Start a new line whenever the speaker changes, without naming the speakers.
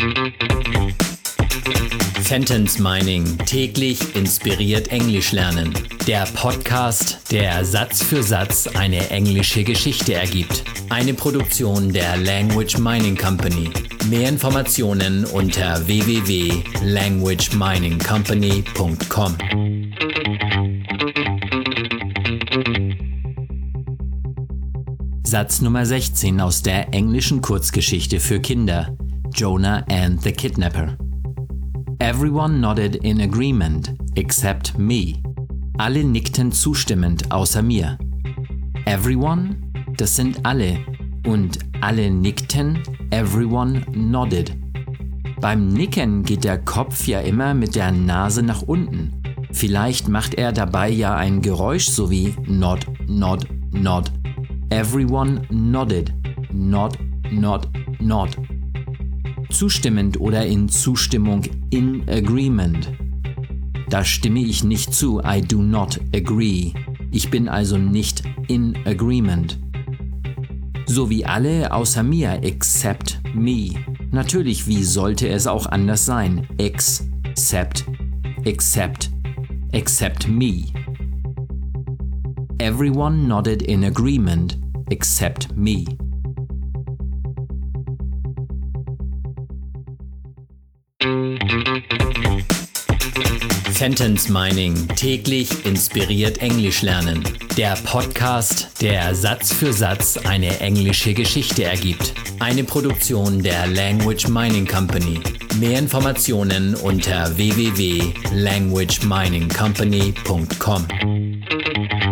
Sentence Mining. Täglich inspiriert Englisch lernen. Der Podcast, der Satz für Satz eine englische Geschichte ergibt. Eine Produktion der Language Mining Company. Mehr Informationen unter www.languageminingcompany.com. Satz Nummer 16 aus der englischen Kurzgeschichte für Kinder. Jonah and the Kidnapper. Everyone nodded in agreement, except me. Alle nickten zustimmend, außer mir. Everyone, das sind alle. Und alle nickten, everyone nodded. Beim Nicken geht der Kopf ja immer mit der Nase nach unten. Vielleicht macht er dabei ja ein Geräusch so wie nod, nod, nod. Everyone nodded. Nod, nod, nod. Zustimmend oder in Zustimmung, in agreement. Da stimme ich nicht zu, I do not agree. Ich bin also nicht in agreement. So wie alle außer mir, except me. Natürlich, wie sollte es auch anders sein? Except me. Everyone nodded in agreement, except me. Sentence Mining. Täglich inspiriert Englisch lernen. Der Podcast, der Satz für Satz eine englische Geschichte ergibt. Eine Produktion der Language Mining Company. Mehr Informationen unter www.languageminingcompany.com.